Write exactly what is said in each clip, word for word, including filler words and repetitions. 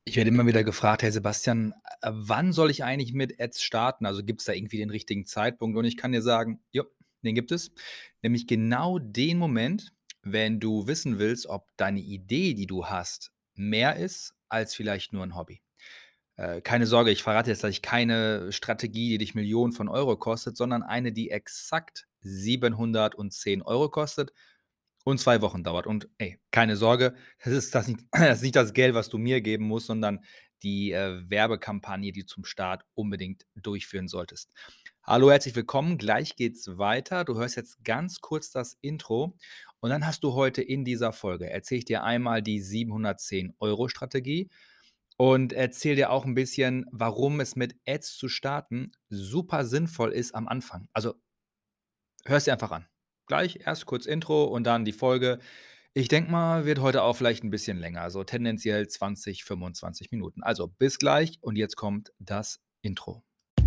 Ich werde immer wieder gefragt: „Hey Sebastian, äh, wann soll ich eigentlich mit Ads starten? Also, gibt's da irgendwie den richtigen Zeitpunkt?“ Und ich kann dir sagen: „Jo, den gibt es.“ Nämlich genau den Moment, wenn du wissen willst, ob deine Idee, die du hast, mehr ist als vielleicht nur 'n Hobby. Äh, keine Sorge, ich verrate jetzt gleich keine Strategie, die dich Millionen von Euro kostet, sondern eine, die exakt siebenhundertzehn Euro kostet und zwei Wochen dauert. Und ey, keine Sorge, das ist das nicht das ist nicht das Geld, was du mir geben musst, sondern die, äh, Werbekampagne, die du zum Start unbedingt durchführen solltest. Hallo, herzlich willkommen. Gleich geht's weiter. Du hörst jetzt ganz kurz das Intro und dann hast du heute in dieser Folge erzähle ich dir einmal die siebenhundertzehn Euro Strategie und erzähle dir auch 'n bisschen, warum es mit Ads zu starten super sinnvoll ist am Anfang. Also hör's dir einfach an. Gleich erst kurz Intro und dann die Folge. Ich denke mal, wird heute auch vielleicht 'n bisschen länger, so tendenziell zwanzig, fünfundzwanzig Minuten. Also, bis gleich und jetzt kommt das Intro.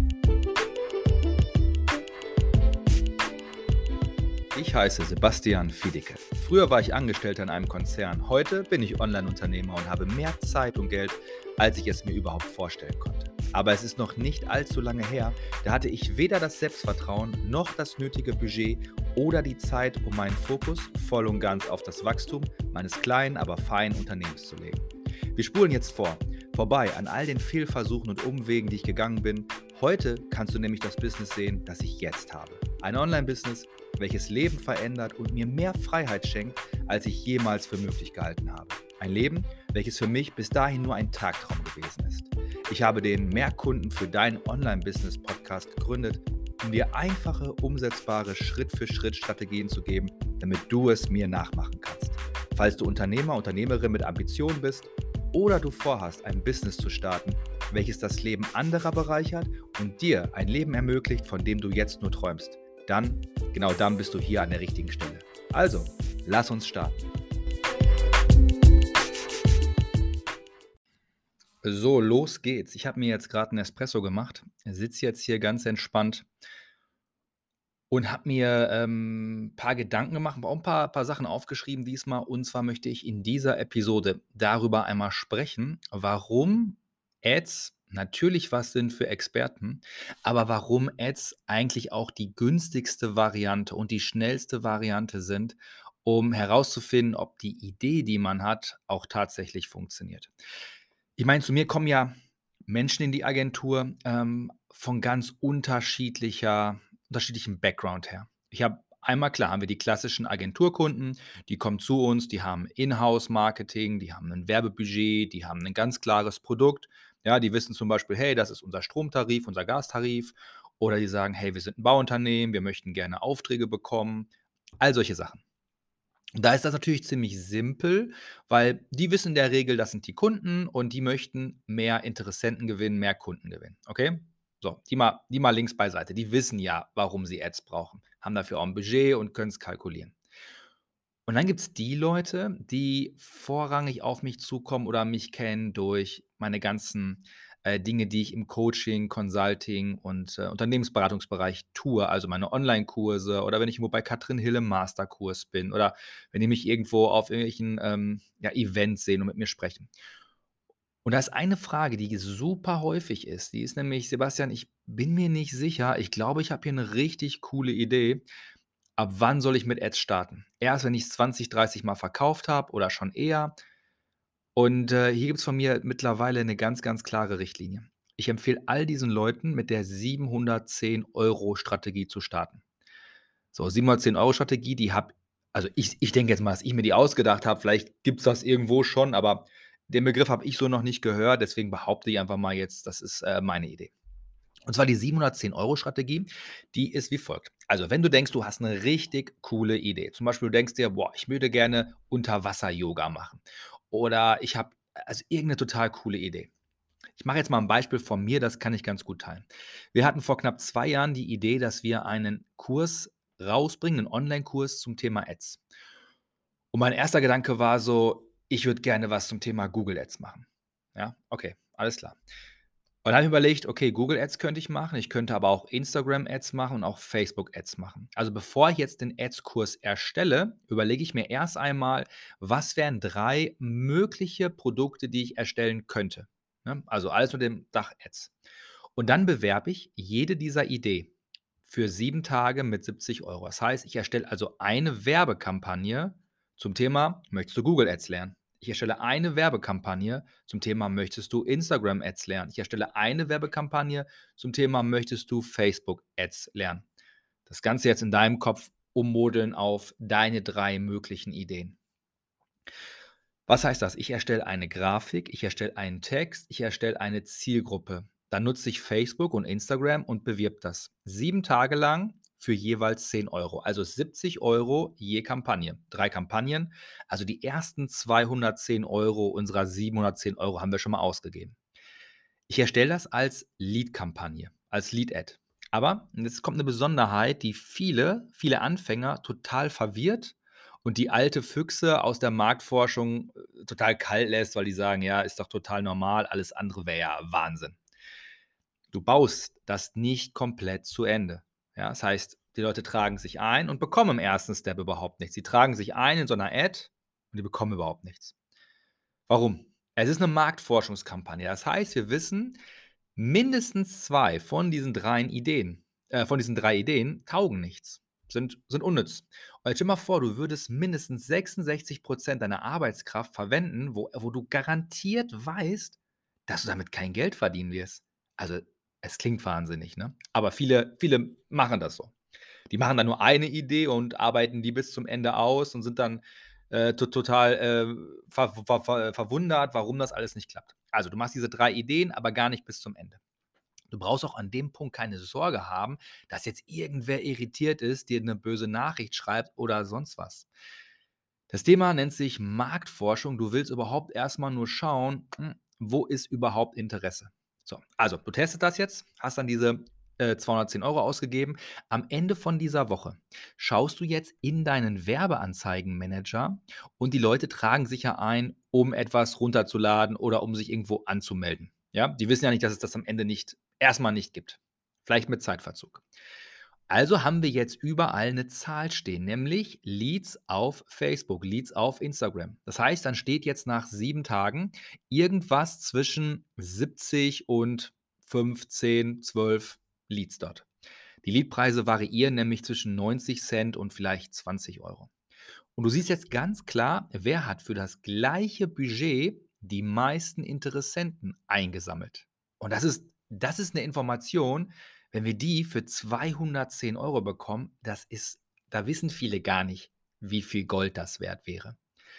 Ich heiße Sebastian Fiedicke. Früher war ich Angestellter in einem Konzern. Heute bin ich Online-Unternehmer und habe mehr Zeit und Geld, als ich es mir überhaupt vorstellen konnte. Aber es ist noch nicht allzu lange her, da hatte ich weder das Selbstvertrauen noch das nötige Budget oder die Zeit, um meinen Fokus voll und ganz auf das Wachstum meines kleinen, aber feinen Unternehmens zu legen. Wir spulen jetzt vor. Vorbei an all den Fehlversuchen und Umwegen, die ich gegangen bin. Heute kannst du nämlich das Business sehen, das ich jetzt habe. Ein Online-Business, welches Leben verändert und mir mehr Freiheit schenkt, als ich jemals für möglich gehalten habe. Ein Leben, welches für mich bis dahin nur ein Tagtraum gewesen ist. Ich habe den Mehrkunden für dein Online-Business-Podcast gegründet, um dir einfache, umsetzbare Schritt-für-Schritt-Strategien zu geben, damit du es mir nachmachen kannst. Falls du Unternehmer, Unternehmerin mit Ambitionen bist oder du vorhast, ein Business zu starten, welches das Leben anderer bereichert und dir ein Leben ermöglicht, von dem du jetzt nur träumst, dann, genau dann bist du hier an der richtigen Stelle. Also, lass uns starten. So, los geht's. Ich habe mir jetzt grad 'n Espresso gemacht, sitze jetzt hier ganz entspannt und habe mir, ähm, paar Gedanken gemacht, habe auch 'n paar paar Sachen aufgeschrieben diesmal. Und zwar möchte ich in dieser Episode darüber einmal sprechen, warum Ads natürlich was sind für Experten, aber warum Ads eigentlich auch die günstigste Variante und die schnellste Variante sind, um herauszufinden, ob die Idee, die man hat, auch tatsächlich funktioniert. Ich meine, zu mir kommen ja Menschen in die Agentur, ähm, von ganz unterschiedlicher unterschiedlichem Background her. Ich habe einmal klar haben wir die klassischen Agenturkunden, die kommen zu uns, die haben Inhouse-Marketing, die haben 'nen Werbebudget, die haben 'nen ganz klares Produkt. Ja, die wissen zum Beispiel: „Hey, das ist unser Stromtarif, unser Gastarif.“ Oder die sagen: „Hey, wir sind 'n Bauunternehmen, wir möchten gerne Aufträge bekommen.“ All solche Sachen. Da ist das natürlich ziemlich simpel, weil die wissen in der Regel, das sind die Kunden und die möchten mehr Interessenten gewinnen, mehr Kunden gewinnen, okay? So, die mal die mal links beiseite. Die wissen ja, warum sie Ads brauchen, haben dafür auch 'n Budget und können's kalkulieren. Und dann gibt's die Leute, die vorrangig auf mich zukommen oder mich kennen durch meine ganzen, äh, Dinge, die ich im Coaching, Consulting und, äh, Unternehmensberatungsbereich tue, also meine Onlinekurse oder wenn ich irgendwo bei Katrin Hill im Masterkurs bin oder wenn die mich irgendwo auf irgendwelchen, ähm, ja, Events sehen und mit mir sprechen. Und da ist eine Frage, die super häufig ist. Die ist nämlich: „Sebastian, ich bin mir nicht sicher. Ich glaube, ich habe hier 'ne richtig coole Idee. Ab wann soll ich mit Ads starten? Erst, wenn ich's zwanzig, dreißig Mal verkauft habe oder schon eher?“ Und, äh, hier gibt's von mir mittlerweile 'ne ganz, ganz klare Richtlinie. Ich empfehle all diesen Leuten, mit der siebenhundertzehn Euro Strategie zu starten. So, siebenhundertzehn Euro Strategie, die habe also ich ich denke jetzt mal, dass ich mir die ausgedacht habe. Vielleicht gibt's das irgendwo schon, aber den Begriff habe ich so noch nicht gehört, deswegen behaupte ich einfach mal jetzt, das ist, äh, meine Idee. Und zwar die siebenhundertzehn Euro Strategie, die ist wie folgt. Also, wenn du denkst, du hast 'ne richtig coole Idee. Zum Beispiel, du denkst dir: „Boah, ich würde gerne Unterwasser-Yoga machen.“ Oder ich habe also irgend 'ne total coole Idee. Ich mache jetzt mal 'n Beispiel von mir, das kann ich ganz gut teilen. Wir hatten vor knapp zwei Jahren die Idee, dass wir einen Kurs rausbringen, 'nen Onlinekurs zum Thema Ads. Und mein erster Gedanke war so: „Ich würde gerne was zum Thema Google Ads machen.“ Ja, okay, alles klar. Und dann habe ich überlegt, okay, Google Ads könnte ich machen, ich könnte aber auch Instagram Ads machen und auch Facebook Ads machen. Also bevor ich jetzt den Ads-Kurs erstelle, überlege ich mir erst einmal, was wären drei mögliche Produkte, die ich erstellen könnte. Ne? Also alles mit dem Dach Ads. Und dann bewerbe ich jede dieser Idee für sieben Tage mit siebzig Euro. Das heißt, ich erstelle also eine Werbekampagne zum Thema: „Möchtest du Google Ads lernen?“ Ich erstelle eine Werbekampagne zum Thema: „Möchtest du Instagram Ads lernen?“ Ich erstelle eine Werbekampagne zum Thema: „Möchtest du Facebook Ads lernen?“ Das Ganze jetzt in deinem Kopf ummodeln auf deine drei möglichen Ideen. Was heißt das? Ich erstelle eine Grafik, ich erstelle einen Text, ich erstelle eine Zielgruppe. Dann nutze ich Facebook und Instagram und bewirbe das. sieben Tage lang für jeweils zehn Euro, also siebzig Euro je Kampagne. Drei Kampagnen, also die ersten zweihundertzehn Euro unserer siebenhundertzehn Euro haben wir schon mal ausgegeben. Ich erstelle das als Lead-Kampagne, als Lead-Ad. Aber jetzt kommt eine Besonderheit, die viele, viele Anfänger total verwirrt und die alte Füchse aus der Marktforschung, äh, total kalt lässt, weil die sagen: „Ja, ist doch total normal, alles andere wäre ja Wahnsinn.“ Du baust das nicht komplett zu Ende. Ja, das heißt, die Leute tragen sich ein und bekommen im ersten Step überhaupt nichts. Sie tragen sich ein in so einer Ad und die bekommen überhaupt nichts. Warum? Es ist 'ne Marktforschungskampagne. Das heißt, wir wissen, mindestens zwei von diesen dreien Ideen äh, von diesen drei Ideen taugen nichts, sind sind unnütz. Und jetzt stell dir mal vor, du würdest mindestens sechsundsechzig deiner Arbeitskraft verwenden, wo wo du garantiert weißt, dass du damit kein Geld verdienen wirst. Also, es klingt wahnsinnig, ne? Aber viele viele machen das so. Die machen dann nur eine Idee und arbeiten die bis zum Ende aus und sind dann, äh, to total, äh, ver ver ver verwundert, warum das alles nicht klappt. Also, du machst diese drei Ideen, aber gar nicht bis zum Ende. Du brauchst auch an dem Punkt keine Sorge haben, dass jetzt irgendwer irritiert ist, dir 'ne böse Nachricht schreibt oder sonst was. Das Thema nennt sich Marktforschung. Du willst überhaupt erst mal nur schauen, hm, wo ist überhaupt Interesse? So, also du testest das jetzt, hast dann diese, äh, zweihundertzehn Euro ausgegeben. Am Ende von dieser Woche schaust du jetzt in deinen Werbeanzeigenmanager und die Leute tragen sich ja ein, um etwas runterzuladen oder um sich irgendwo anzumelden. Ja, die wissen ja nicht, dass es das am Ende nicht erst mal nicht gibt. Vielleicht mit Zeitverzug. Also haben wir jetzt überall eine Zahl stehen, nämlich Leads auf Facebook, Leads auf Instagram. Das heißt, dann steht jetzt nach sieben Tagen irgendwas zwischen siebzig und fünfzehn, zwölf Leads dort. Die Leadpreise variieren nämlich zwischen neunzig Cent und vielleicht zwanzig Euro. Und du siehst jetzt ganz klar, wer hat für das gleiche Budget die meisten Interessenten eingesammelt. Und das ist das ist 'ne Information, wenn wir die für zweihundertzehn Euro bekommen, das ist da wissen viele gar nicht, wie viel Gold das wert wäre.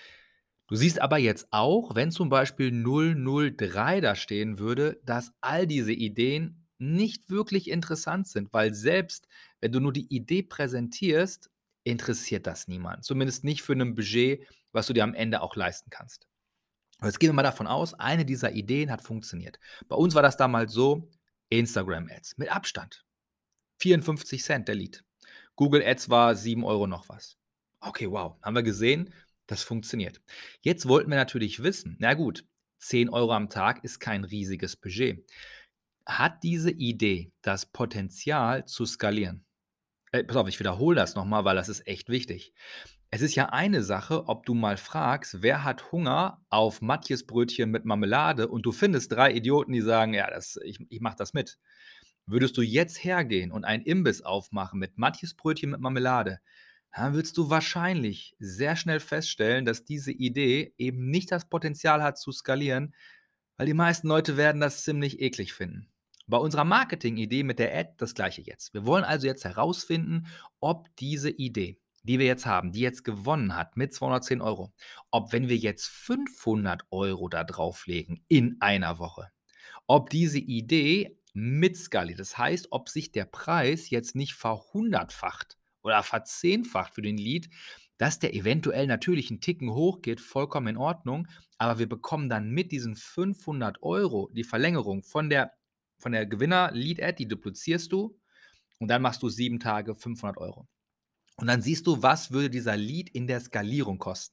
Du siehst aber jetzt auch, wenn zum Beispiel null null drei da stehen würde, dass all diese Ideen nicht wirklich interessant sind, weil selbst wenn du nur die Idee präsentierst, interessiert das niemanden. Zumindest nicht für 'nen Budget, was du dir am Ende auch leisten kannst. Und jetzt gehen wir mal davon aus, eine dieser Ideen hat funktioniert. Bei uns war das damals so, Instagram Ads mit Abstand. vierundfünfzig Cent der Lead. Google Ads war sieben Euro noch was. Okay, wow, haben wir gesehen, das funktioniert. Jetzt wollten wir natürlich wissen, na gut, zehn Euro am Tag ist kein riesiges Budget. Hat diese Idee das Potenzial zu skalieren? Äh, pass auf, ich wiederhole das noch mal, weil das ist echt wichtig. Es ist ja eine Sache, ob du mal fragst: „Wer hat Hunger auf Matjesbrötchen mit Marmelade?“ und du findest drei Idioten, die sagen: „Ja, das ich ich mache das mit.“ Würdest du jetzt hergehen und einen Imbiss aufmachen mit Matjesbrötchen mit Marmelade, dann würdest du wahrscheinlich sehr schnell feststellen, dass diese Idee eben nicht das Potenzial hat zu skalieren, weil die meisten Leute werden das ziemlich eklig finden. Bei unserer Marketing-Idee mit der Ad das Gleiche jetzt. Wir wollen also jetzt herausfinden, ob diese Idee, die wir jetzt haben, die jetzt gewonnen hat mit zweihundertzehn Euro, ob, wenn wir jetzt fünfhundert Euro da drauflegen in einer Woche, ob diese Idee mitskaliert. Das heißt, ob sich der Preis jetzt nicht verhundertfacht oder verzehnfacht für den Lead, dass der eventuell natürlich 'n Ticken hochgeht, vollkommen in Ordnung, aber wir bekommen dann mit diesen fünfhundert Euro die Verlängerung von der von der Gewinner-Lead-Ad, die duplizierst du und dann machst du sieben Tage fünfhundert Euro. Und dann siehst du, was würde dieser Lead in der Skalierung kosten.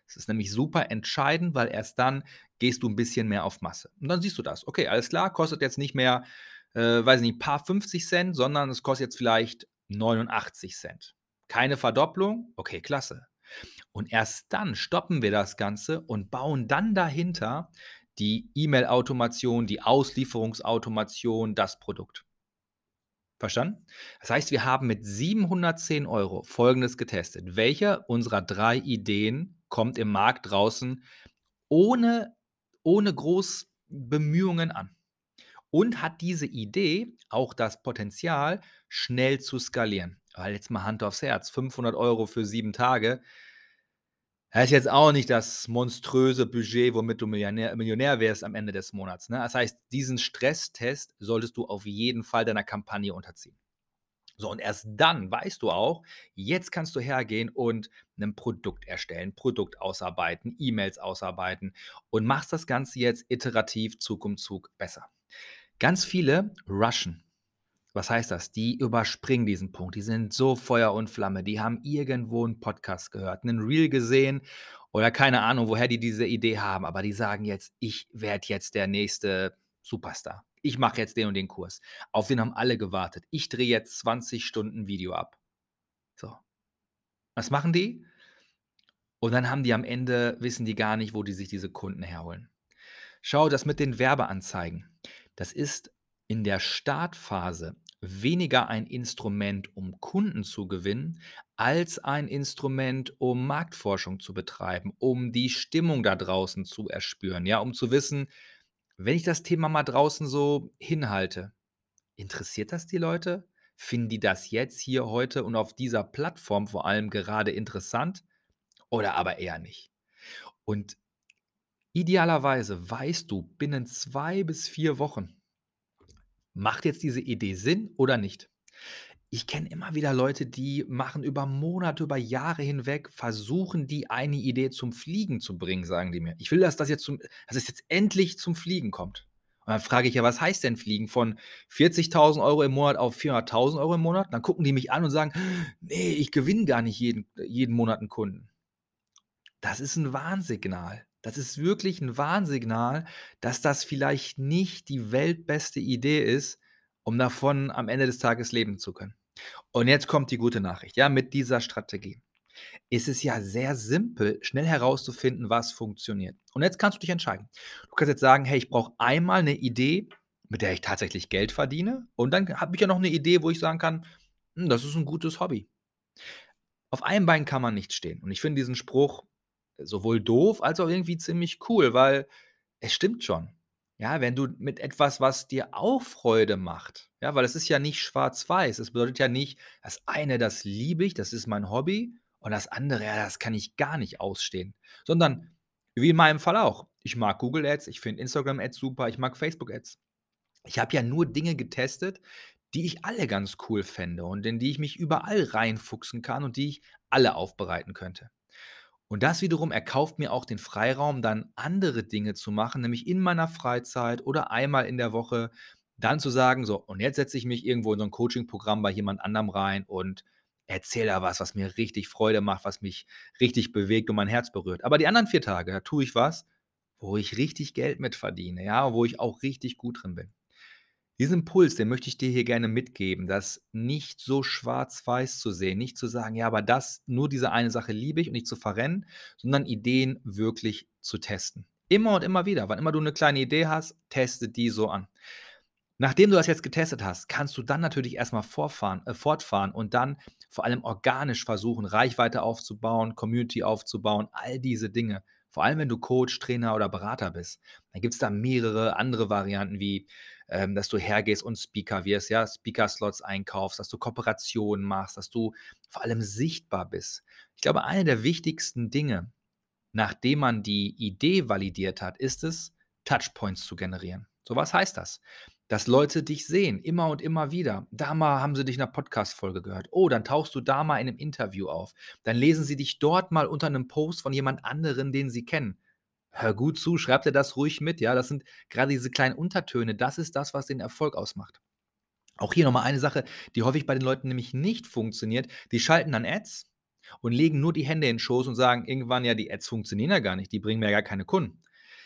Es ist nämlich super entscheidend, weil erst dann gehst du ein bisschen mehr auf Masse. Und dann siehst du das. Okay, alles klar, kostet jetzt nicht mehr, äh, weiß nicht, ein paar fünfzig Cent, sondern es kostet jetzt vielleicht neunundachtzig Cent. Keine Verdopplung? Okay, klasse. Und erst dann stoppen wir das Ganze und bauen dann dahinter die E-Mail-Automation, die Auslieferungsautomation, das Produkt. Verstanden? Das heißt, wir haben mit siebenhundertzehn Euro Folgendes getestet: Welche unserer drei Ideen kommt im Markt draußen ohne ohne groß Bemühungen an? Und hat diese Idee auch das Potenzial, schnell zu skalieren? Weil jetzt mal Hand aufs Herz, fünfhundert Euro für sieben Tage, das ist jetzt auch nicht das monströse Budget, womit du Millionär Millionär wärst am Ende des Monats, ne? Das heißt, diesen Stresstest solltest du auf jeden Fall deiner Kampagne unterziehen. So, und erst dann weißt du auch, jetzt kannst du hergehen und 'nen Produkt erstellen, Produkt ausarbeiten, E-Mails ausarbeiten und machst das Ganze jetzt iterativ Zug um Zug besser. Ganz viele rushen. Was heißt das? Die überspringen diesen Punkt. Die sind so Feuer und Flamme. Die haben irgendwo 'n Podcast gehört, 'nen Reel gesehen oder keine Ahnung, woher die diese Idee haben, aber die sagen jetzt: „Ich werde jetzt der nächste Superstar. Ich mache jetzt den und den Kurs.“ Auf den haben alle gewartet. Ich drehe jetzt zwanzig Stunden Video ab. So, was machen die? Und dann haben die am Ende wissen die gar nicht, wo die sich diese Kunden herholen. Schau, das mit den Werbeanzeigen. Das ist in der Startphase weniger ein Instrument, um Kunden zu gewinnen, als ein Instrument, um Marktforschung zu betreiben, um die Stimmung da draußen zu erspüren, ja, um zu wissen, wenn ich das Thema mal draußen so hinhalte, interessiert das die Leute? Finden die das jetzt hier heute und auf dieser Plattform vor allem gerade interessant oder aber eher nicht? Und idealerweise weißt du binnen zwei bis vier Wochen, macht jetzt diese Idee Sinn oder nicht? Ich kenne immer wieder Leute, die machen über Monate, über Jahre hinweg versuchen die eine Idee zum Fliegen zu bringen, sagen die mir. Ich will, dass das jetzt zum dass es jetzt endlich zum Fliegen kommt. Und dann frage ich: „Ja, was heißt denn Fliegen? Von vierzigtausend Euro im Monat auf vierhunderttausend Euro im Monat?“ Dann gucken die mich an und sagen: „Ne, ich gewinne gar nicht jeden jeden Monat 'n Kunden.“ Das ist 'n Warnsignal. Das ist wirklich 'n Warnsignal, dass das vielleicht nicht die weltbeste Idee ist, um davon am Ende des Tages leben zu können. Und jetzt kommt die gute Nachricht, ja, mit dieser Strategie ist es ja sehr simpel, schnell herauszufinden, was funktioniert. Und jetzt kannst du dich entscheiden. Du kannst jetzt sagen: „Hey, ich brauche einmal 'ne Idee, mit der ich tatsächlich Geld verdiene und dann habe ich ja noch 'ne Idee, wo ich sagen kann: ‚Hm, das ist 'n gutes Hobby.‘“ Auf einem Bein kann man nicht stehen. Und ich finde diesen Spruch sowohl doof als auch irgendwie ziemlich cool, weil es stimmt schon. Ja, wenn du mit etwas, was dir auch Freude macht, ja, weil es ist ja nicht schwarz-weiß. Es bedeutet ja nicht, das eine, das liebe ich, das ist mein Hobby und das andere, ja, das kann ich gar nicht ausstehen. Sondern wie in meinem Fall auch. Ich mag Google Ads, ich finde Instagram Ads super, ich mag Facebook Ads. Ich habe ja nur Dinge getestet, die ich alle ganz cool fände und in die ich mich überall reinfuchsen kann und die ich alle aufbereiten könnte. Und das wiederum erkauft mir auch den Freiraum, dann andere Dinge zu machen, nämlich in meiner Freizeit oder einmal in der Woche dann zu sagen: „So, und jetzt setze ich mich irgendwo in so 'n Coachingprogramm bei jemand anderem rein und erzähle da was, was mir richtig Freude macht, was mich richtig bewegt und mein Herz berührt.“ Aber die anderen vier Tage, da tue ich was, wo ich richtig Geld mit verdiene, ja, wo ich auch richtig gut drin bin. Diesen Impuls, den möchte ich dir hier gerne mitgeben, das nicht so schwarz-weiß zu sehen, nicht zu sagen: „Ja, aber das nur diese eine Sache liebe ich“ und nicht zu verrennen, sondern Ideen wirklich zu testen. Immer und immer wieder. Wann immer du 'ne kleine Idee hast, teste die so an. Nachdem du das jetzt getestet hast, kannst du dann natürlich erst mal vorfahren äh, fortfahren und dann vor allem organisch versuchen, Reichweite aufzubauen, Community aufzubauen, all diese Dinge. Vor allem, wenn du Coach, Trainer oder Berater bist. Dann gibt's da mehrere andere Varianten wie, ähm, dass du hergehst und Speaker wirst, ja, Speaker-Slots einkaufst, dass du Kooperationen machst, dass du vor allem sichtbar bist. Ich glaube, eine der wichtigsten Dinge, nachdem man die Idee validiert hat, ist es, Touchpoints zu generieren. So, was heißt das? Dass Leute dich sehen, immer und immer wieder. Da mal haben sie dich in 'ner Podcast-Folge gehört. Oh, dann tauchst du da mal in 'nem Interview auf. Dann lesen sie dich dort mal unter 'nem Post von jemand anderen, den sie kennen. Hör gut zu, schreib dir das ruhig mit, ja? Das sind grade diese kleinen Untertöne, das ist das, was den Erfolg ausmacht. Auch hier noch mal eine Sache, die häufig bei den Leuten nämlich nicht funktioniert. Die schalten dann Ads und legen nur die Hände in den Schoß und sagen irgendwann: „Ja, die Ads funktionieren ja gar nicht, die bringen mir ja gar keine Kunden.“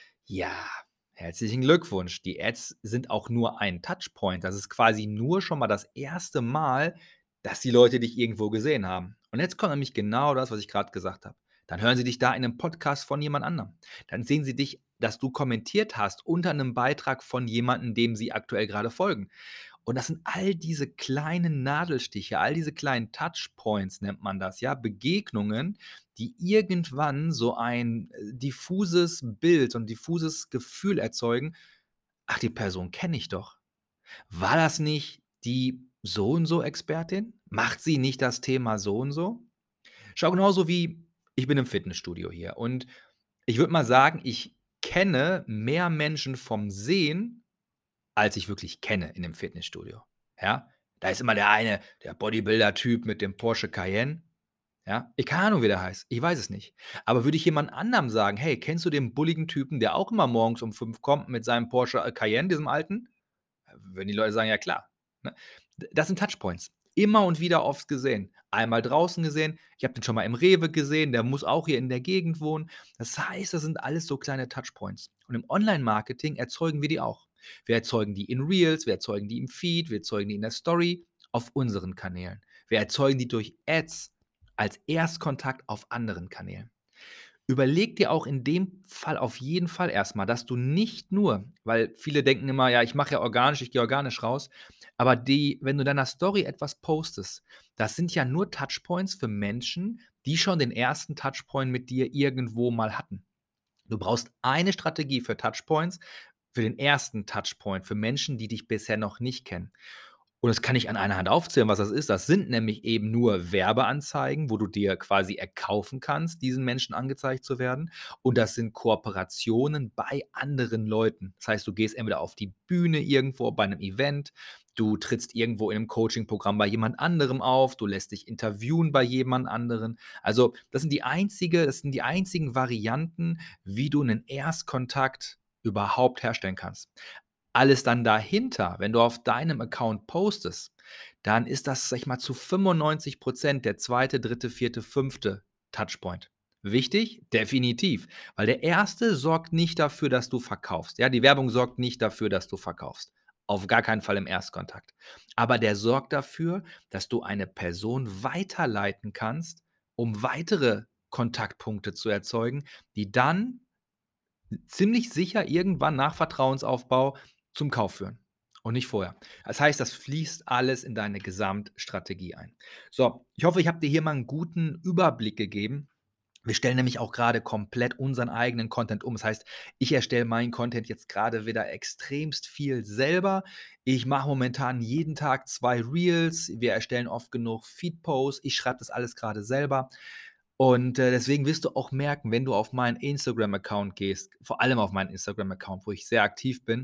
Ja, herzlichen Glückwunsch. Die Ads sind auch nur ein Touchpoint. Das ist quasi nur schon mal das erste Mal, dass die Leute dich irgendwo gesehen haben. Und jetzt kommt nämlich genau das, was ich gerade gesagt habe. Dann hören sie dich da in 'nem Podcast von jemand anderem. Dann sehen sie dich, dass du kommentiert hast unter 'nem Beitrag von jemandem, dem sie aktuell gerade folgen. Und das sind all diese kleinen Nadelstiche, all diese kleinen Touchpoints nennt man das, ja, Begegnungen, die irgendwann so ein, äh, diffuses Bild und diffuses Gefühl erzeugen: „Ach, die Person kenne ich doch. War das nicht die so und so Expertin? Macht sie nicht das Thema so und so?“ Schau, genauso wie ich bin im Fitnessstudio hier und ich würde mal sagen, ich kenne mehr Menschen vom Sehen, als ich wirklich kenne in dem Fitnessstudio, ja? Da ist immer der eine, der Bodybuilder-Typ mit dem Porsche Cayenne, ja? Ich keine Ahnung, wie der heißt. Ich weiß es nicht. Aber würde ich jemand anderem sagen: „Hey, kennst du den bulligen Typen, der auch immer morgens um fünf kommt mit seinem Porsche, äh, Cayenne, diesem alten?“ Äh, würden die Leute sagen: „Ja klar“, ne? D das sind Touchpoints. Immer und wieder oft gesehen. Einmal draußen gesehen, ich habe den schon mal im Rewe gesehen, der muss auch hier in der Gegend wohnen. Das heißt, das sind alles so kleine Touchpoints. Und im Online-Marketing erzeugen wir die auch. Wir erzeugen die in Reels, wir erzeugen die im Feed, wir erzeugen die in der Story auf unseren Kanälen. Wir erzeugen die durch Ads als Erstkontakt auf anderen Kanälen. Überleg dir auch in dem Fall auf jeden Fall erst mal, dass du nicht nur weil viele denken immer: „Ja, ich mache ja organisch, ich gehe organisch raus.“ Aber die wenn du in deiner Story etwas postest, das sind ja nur Touchpoints für Menschen, die schon den ersten Touchpoint mit dir irgendwo mal hatten. Du brauchst eine Strategie für Touchpoints, für den ersten Touchpoint, für Menschen, die dich bisher noch nicht kennen. Und das kann ich an einer Hand aufzählen, was das ist. Das sind nämlich eben nur Werbeanzeigen, wo du dir quasi erkaufen kannst, diesen Menschen angezeigt zu werden. Und das sind Kooperationen bei anderen Leuten. Das heißt, du gehst entweder auf die Bühne irgendwo bei 'nem Event, du trittst irgendwo in 'nem Coachingprogramm bei jemand anderem auf, du lässt dich interviewen bei jemand anderen. Also, das sind die einzige das sind die einzigen Varianten, wie du 'nen Erstkontakt überhaupt herstellen kannst. Alles dann dahinter, wenn du auf deinem Account postest, dann ist das, sage ich mal, zu fünfundneunzig Prozent der zweite, dritte, vierte, fünfte Touchpoint. Wichtig? Definitiv, weil der erste sorgt nicht dafür, dass du verkaufst. Ja, die Werbung sorgt nicht dafür, dass du verkaufst. Auf gar keinen Fall im Erstkontakt. Aber der sorgt dafür, dass du eine Person weiterleiten kannst, um weitere Kontaktpunkte zu erzeugen, die dann ziemlich sicher irgendwann nach Vertrauensaufbau zum Kauf führen und nicht vorher. Das heißt, das fließt alles in deine Gesamtstrategie ein. So, ich hoffe, ich habe dir hier mal 'n guten Überblick gegeben. Wir stellen nämlich auch grade komplett unseren eigenen Content um. Das heißt, ich erstelle meinen Content jetzt grade wieder extremst viel selber. Ich mache momentan jeden Tag zwei Reels. Wir erstellen oft genug Feed-Posts. Ich schreibe das alles grade selber. Und, äh, deswegen wirst du auch merken, wenn du auf meinen Instagram-Account gehst, vor allem auf meinen Instagram-Account, wo ich sehr aktiv bin,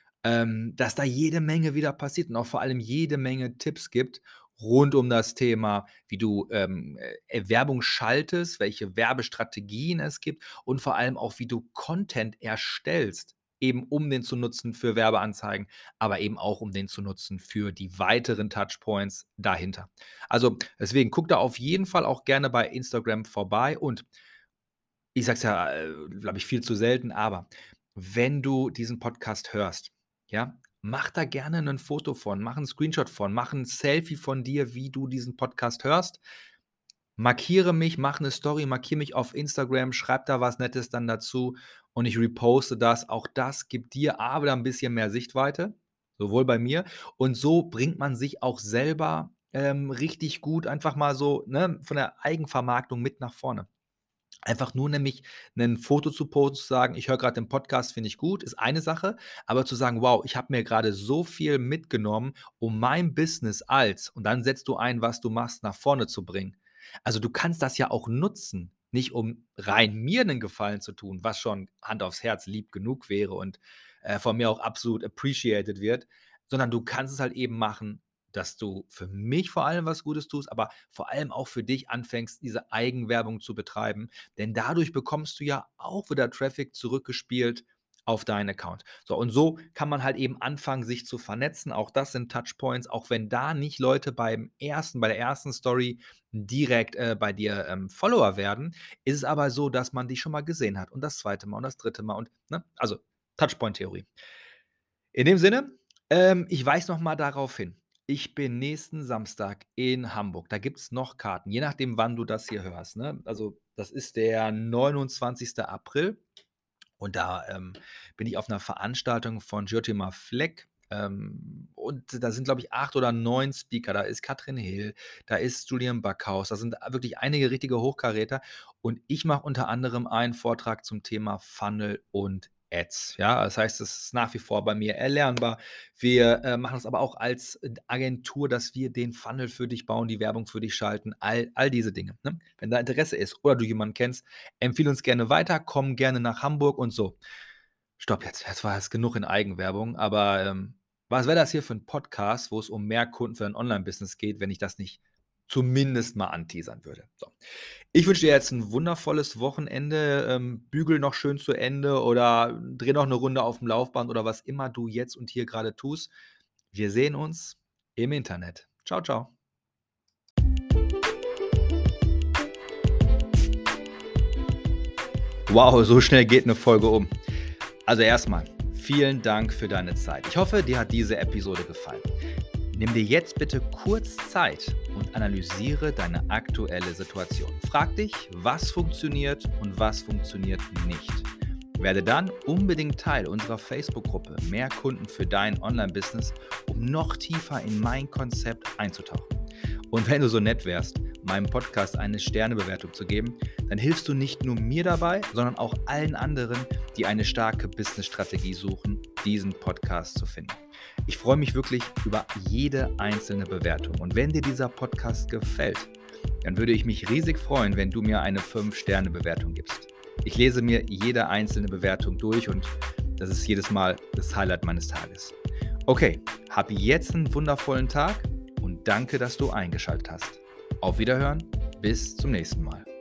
ähm, dass da jede Menge wieder passiert und auch vor allem jede Menge Tipps gibt rund um das Thema, wie du, ähm, äh, Werbung schaltest, welche Werbestrategien es gibt und vor allem auch, wie du Content erstellst, eben um den zu nutzen für Werbeanzeigen, aber eben auch, um den zu nutzen für die weiteren Touchpoints dahinter. Also, deswegen guck da auf jeden Fall auch gerne bei Instagram vorbei und ich sage es ja, äh, glaube ich, viel zu selten, aber wenn du diesen Podcast hörst, ja, mach da gerne 'nen Foto von, mach 'n Screenshot von, mach 'n Selfie von dir, wie du diesen Podcast hörst. Markiere mich, mach 'ne Story, markiere mich auf Instagram, schreib da was Nettes dann dazu und ich reposte das. Auch das gibt dir A wieder 'n bisschen mehr Sichtweite, sowohl bei mir und so bringt man sich auch selber, ähm, richtig gut einfach mal so, ne, von der Eigenvermarktung mit nach vorne. Einfach nur nämlich 'nen Foto zu posten, zu sagen: „Ich höre grad den Podcast, finde ich gut“, ist eine Sache, aber zu sagen: „Wow, ich habe mir grade so viel mitgenommen, um mein Business als“ und dann setzt du ein, was du machst, nach vorne zu bringen. Also, du kannst das ja auch nutzen, nicht um rein mir 'nen Gefallen zu tun, was schon Hand aufs Herz lieb genug wäre und, äh, von mir auch absolut appreciated wird, sondern du kannst es halt eben machen, dass du für mich vor allem was Gutes tust, aber vor allem auch für dich anfängst, diese Eigenwerbung zu betreiben, denn dadurch bekommst du ja auch wieder Traffic zurückgespielt auf deinen Account. So, und so kann man halt eben anfangen, sich zu vernetzen. Auch das sind Touchpoints, auch wenn da nicht Leute beim ersten bei der ersten Story direkt, äh, bei dir, ähm, Follower werden, ist es aber so, dass man dich schon mal gesehen hat und das zweite Mal und das dritte Mal und ne? Also, Touchpoint-Theorie. In dem Sinne, ähm, ich weise noch mal darauf hin. Ich bin nächsten Samstag in Hamburg. Da gibt's noch Karten, je nachdem, wann du das hier hörst, ne? Also, das ist der neunundzwanzigste April und da, ähm, bin ich auf 'ner Veranstaltung von Jurtimar Fleck, ähm, und da sind, glaube ich, acht oder neun Speaker. Da ist Katrin Hill, da ist Julian Backhaus, da sind a wirklich einige richtige Hochkaräter und ich mache unter anderem einen Vortrag zum Thema Funnel und Ads, ja? Das heißt, es ist nach wie vor bei mir erlernbar. Wir, äh, machen das aber auch als, äh, Agentur, dass wir den Funnel für dich bauen, die Werbung für dich schalten, all all diese Dinge, ne? Wenn da Interesse ist oder du jemanden kennst, empfehle uns gerne weiter, komm gerne nach Hamburg und so. Stopp jetzt, jetzt war es genug in Eigenwerbung, aber, ähm, was wäre das hier für 'n Podcast, wo es um mehr Kunden für ein Onlinebusiness geht, wenn ich das nicht zumindest mal anteasern würde. So. Ich wünsche dir jetzt 'n wundervolles Wochenende, ähm, bügele noch schön zu Ende oder dreh noch 'ne Runde aufm Laufband oder was immer du jetzt und hier grade tust. Wir sehen uns im Internet. Tschau, tschau. Wow, so schnell geht 'ne Folge um. Also, erst mal vielen Dank für deine Zeit. Ich hoffe, dir hat diese Episode gefallen. Nimm dir jetzt bitte kurz Zeit und analysiere deine aktuelle Situation. Frag dich, was funktioniert und was funktioniert nicht. Werde dann unbedingt Teil unserer Facebook-Gruppe „Mehr Kunden für dein Online-Business“, um noch tiefer in mein Konzept einzutauchen. Und wenn du so nett wärst, meinem Podcast eine Sternebewertung zu geben, dann hilfst du nicht nur mir dabei, sondern auch allen anderen, die eine starke Business-Strategie suchen, diesen Podcast zu finden. Ich freue mich wirklich über jede einzelne Bewertung. Und wenn dir dieser Podcast gefällt, dann würde ich mich riesig freuen, wenn du mir eine fünf Sterne Bewertung gibst. Ich lese mir jede einzelne Bewertung durch und das ist jedes Mal das Highlight meines Tages. Okay, hab jetzt 'n wundervollen Tag und danke, dass du eingeschaltet hast. Auf Wiederhören, bis zum nächsten Mal.